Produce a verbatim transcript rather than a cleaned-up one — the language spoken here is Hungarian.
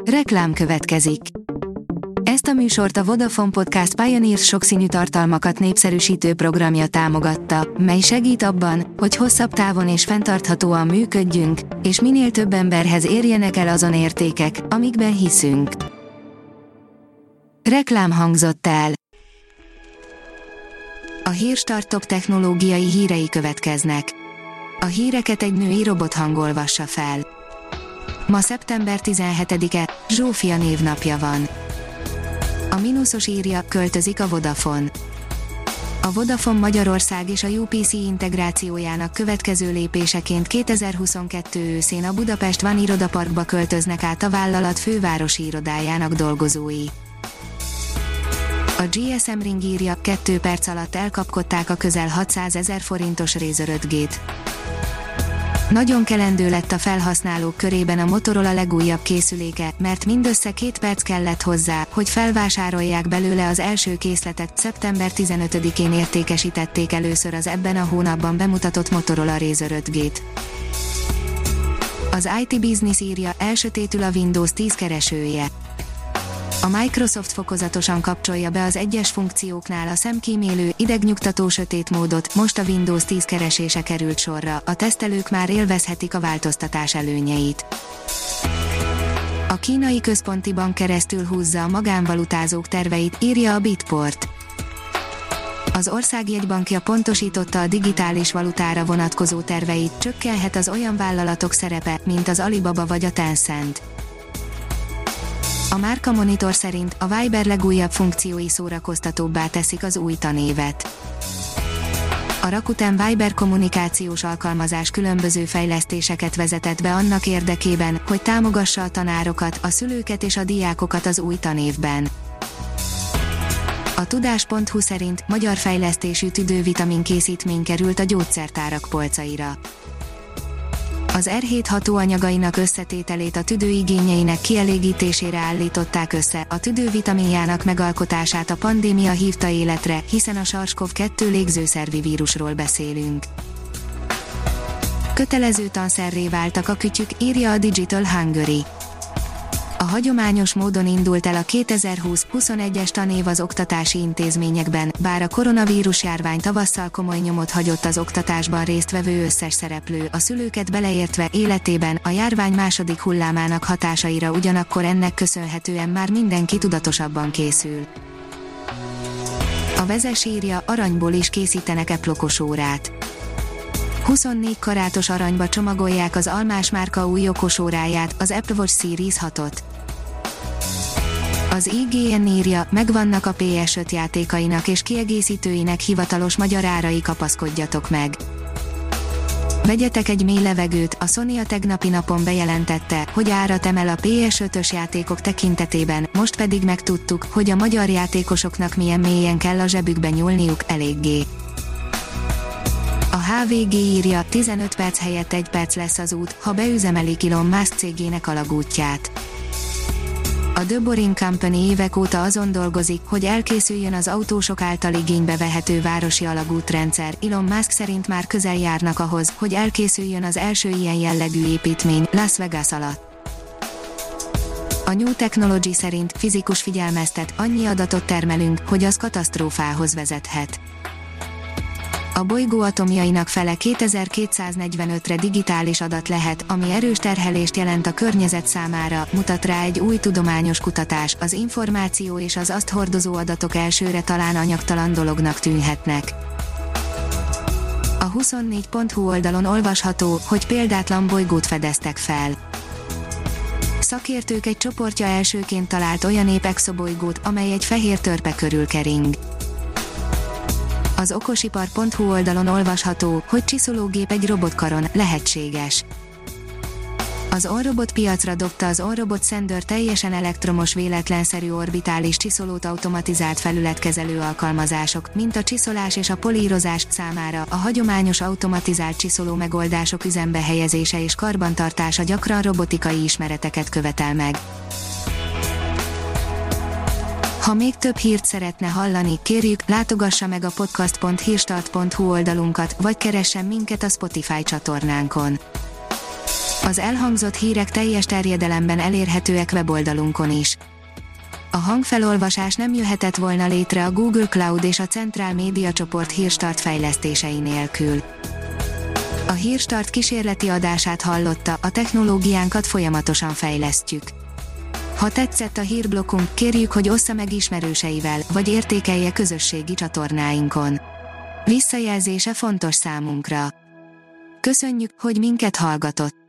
Reklám következik. Ezt a műsort a Vodafone Podcast Pioneers sokszínű tartalmakat népszerűsítő programja támogatta, mely segít abban, hogy hosszabb távon és fenntarthatóan működjünk, és minél több emberhez érjenek el azon értékek, amikben hiszünk. Reklám hangzott el. A Hírstart top technológiai hírei következnek. A híreket egy női robot hangolvassa fel. Ma szeptember tizenhetedike, Zsófia névnapja van. A Minusos írja, költözik a Vodafone. A Vodafone Magyarország és a u pé cé integrációjának következő lépéseként kétezer-huszonkettő őszén a Budapest Van irodaparkba költöznek át a vállalat fővárosi irodájának dolgozói. A gé es em Ring írja, kettő perc alatt elkapkodták a közel hatszázezer forintos Razer öt gét. Nagyon kelendő lett a felhasználók körében a Motorola legújabb készüléke, mert mindössze két perc kellett hozzá, hogy felvásárolják belőle az első készletet. Szeptember tizenötödikén értékesítették először az ebben a hónapban bemutatott Motorola Razer öt gét. Az i té Business írja, elsötétül a Windows tíz keresője. A Microsoft fokozatosan kapcsolja be az egyes funkcióknál a szemkímélő, idegnyugtató sötét módot, most a Windows tíz keresése került sorra, a tesztelők már élvezhetik a változtatás előnyeit. A kínai központi bank keresztül húzza a magánvalutázók terveit, írja a Bitport. Az ország jegybankja pontosította a digitális valutára vonatkozó terveit, csökkenhet az olyan vállalatok szerepe, mint az Alibaba vagy a Tencent. A Márka Monitor szerint a Viber legújabb funkciói szórakoztatóbbá teszik az új tanévet. A Rakuten Viber kommunikációs alkalmazás különböző fejlesztéseket vezetett be annak érdekében, hogy támogassa a tanárokat, a szülőket és a diákokat az új tanévben. A tudás pont hu szerint magyar fejlesztésű tüdővitamin készítmény került a gyógyszertárak polcaira. Az er hét hatóanyagainak összetételét a tüdő igényeinek kielégítésére állították össze, a tüdővitaminjának megalkotását a pandémia hívta életre, hiszen a SARS-kov kettő légzőszervi vírusról beszélünk. Kötelező tanszerré váltak a kütyük, írja a Digital Hungary. A hagyományos módon indult el a kétezer-húsz-huszonegyes tanév az oktatási intézményekben, bár a koronavírus járvány tavasszal komoly nyomot hagyott az oktatásban résztvevő összes szereplő, a szülőket beleértve életében, a járvány második hullámának hatásaira ugyanakkor ennek köszönhetően már mindenki tudatosabban készül. A Vezes írja, aranyból is készítenek Apple okosórát. huszonnégy karátos aranyba csomagolják az Almás márka új okosóráját, az Apple Watch Series hatot. Az i gé en írja, megvannak a pé es öt játékainak és kiegészítőinek hivatalos magyar árai, kapaszkodjatok meg. Vegyetek egy mély levegőt, a Sony a tegnapi napon bejelentette, hogy árat emel a pé es ötös játékok tekintetében, most pedig megtudtuk, hogy a magyar játékosoknak milyen mélyen kell a zsebükbe nyúlniuk, eléggé. A há vé gé írja, tizenöt perc helyett egy perc lesz az út, ha beüzemelik Elon Musk cégének alagútját. A The Boring Company évek óta azon dolgozik, hogy elkészüljön az autósok által igénybe vehető városi alagútrendszer. Elon Musk szerint már közel járnak ahhoz, hogy elkészüljön az első ilyen jellegű építmény, Las Vegas alatt. A New Technology szerint fizikus figyelmeztet, annyi adatot termelünk, hogy az katasztrófához vezethet. A bolygó atomjainak fele kétezer-kétszáznegyvenötre digitális adat lehet, ami erős terhelést jelent a környezet számára, mutat rá egy új tudományos kutatás. Az információ és az azt hordozó adatok elsőre talán anyagtalan dolognak tűnhetnek. A huszonnégy pont hu oldalon olvasható, hogy példátlan bolygót fedeztek fel. Szakértők egy csoportja elsőként talált olyan ép exobolygót, amely egy fehér törpe körül kering. Az okosipar pont hu oldalon olvasható, hogy csiszológép egy robotkaron, lehetséges. Az OnRobot piacra dobta az OnRobot Sender teljesen elektromos véletlenszerű orbitális csiszolót automatizált felületkezelő alkalmazások, mint a csiszolás és a polírozás számára. A hagyományos automatizált csiszoló megoldások üzembe helyezése és karbantartása gyakran robotikai ismereteket követel meg. Ha még több hírt szeretne hallani, kérjük, látogassa meg a podcast pont hírstart pont hu oldalunkat, vagy keressen minket a Spotify csatornánkon. Az elhangzott hírek teljes terjedelemben elérhetőek weboldalunkon is. A hangfelolvasás nem jöhetett volna létre a Google Cloud és a Centrál Média csoport Hírstart fejlesztései nélkül. A Hírstart kísérleti adását hallotta, a technológiánkat folyamatosan fejlesztjük. Ha tetszett a hírblokkunk, kérjük, hogy ossza meg ismerőseivel, vagy értékelje közösségi csatornáinkon. Visszajelzése fontos számunkra. Köszönjük, hogy minket hallgatott!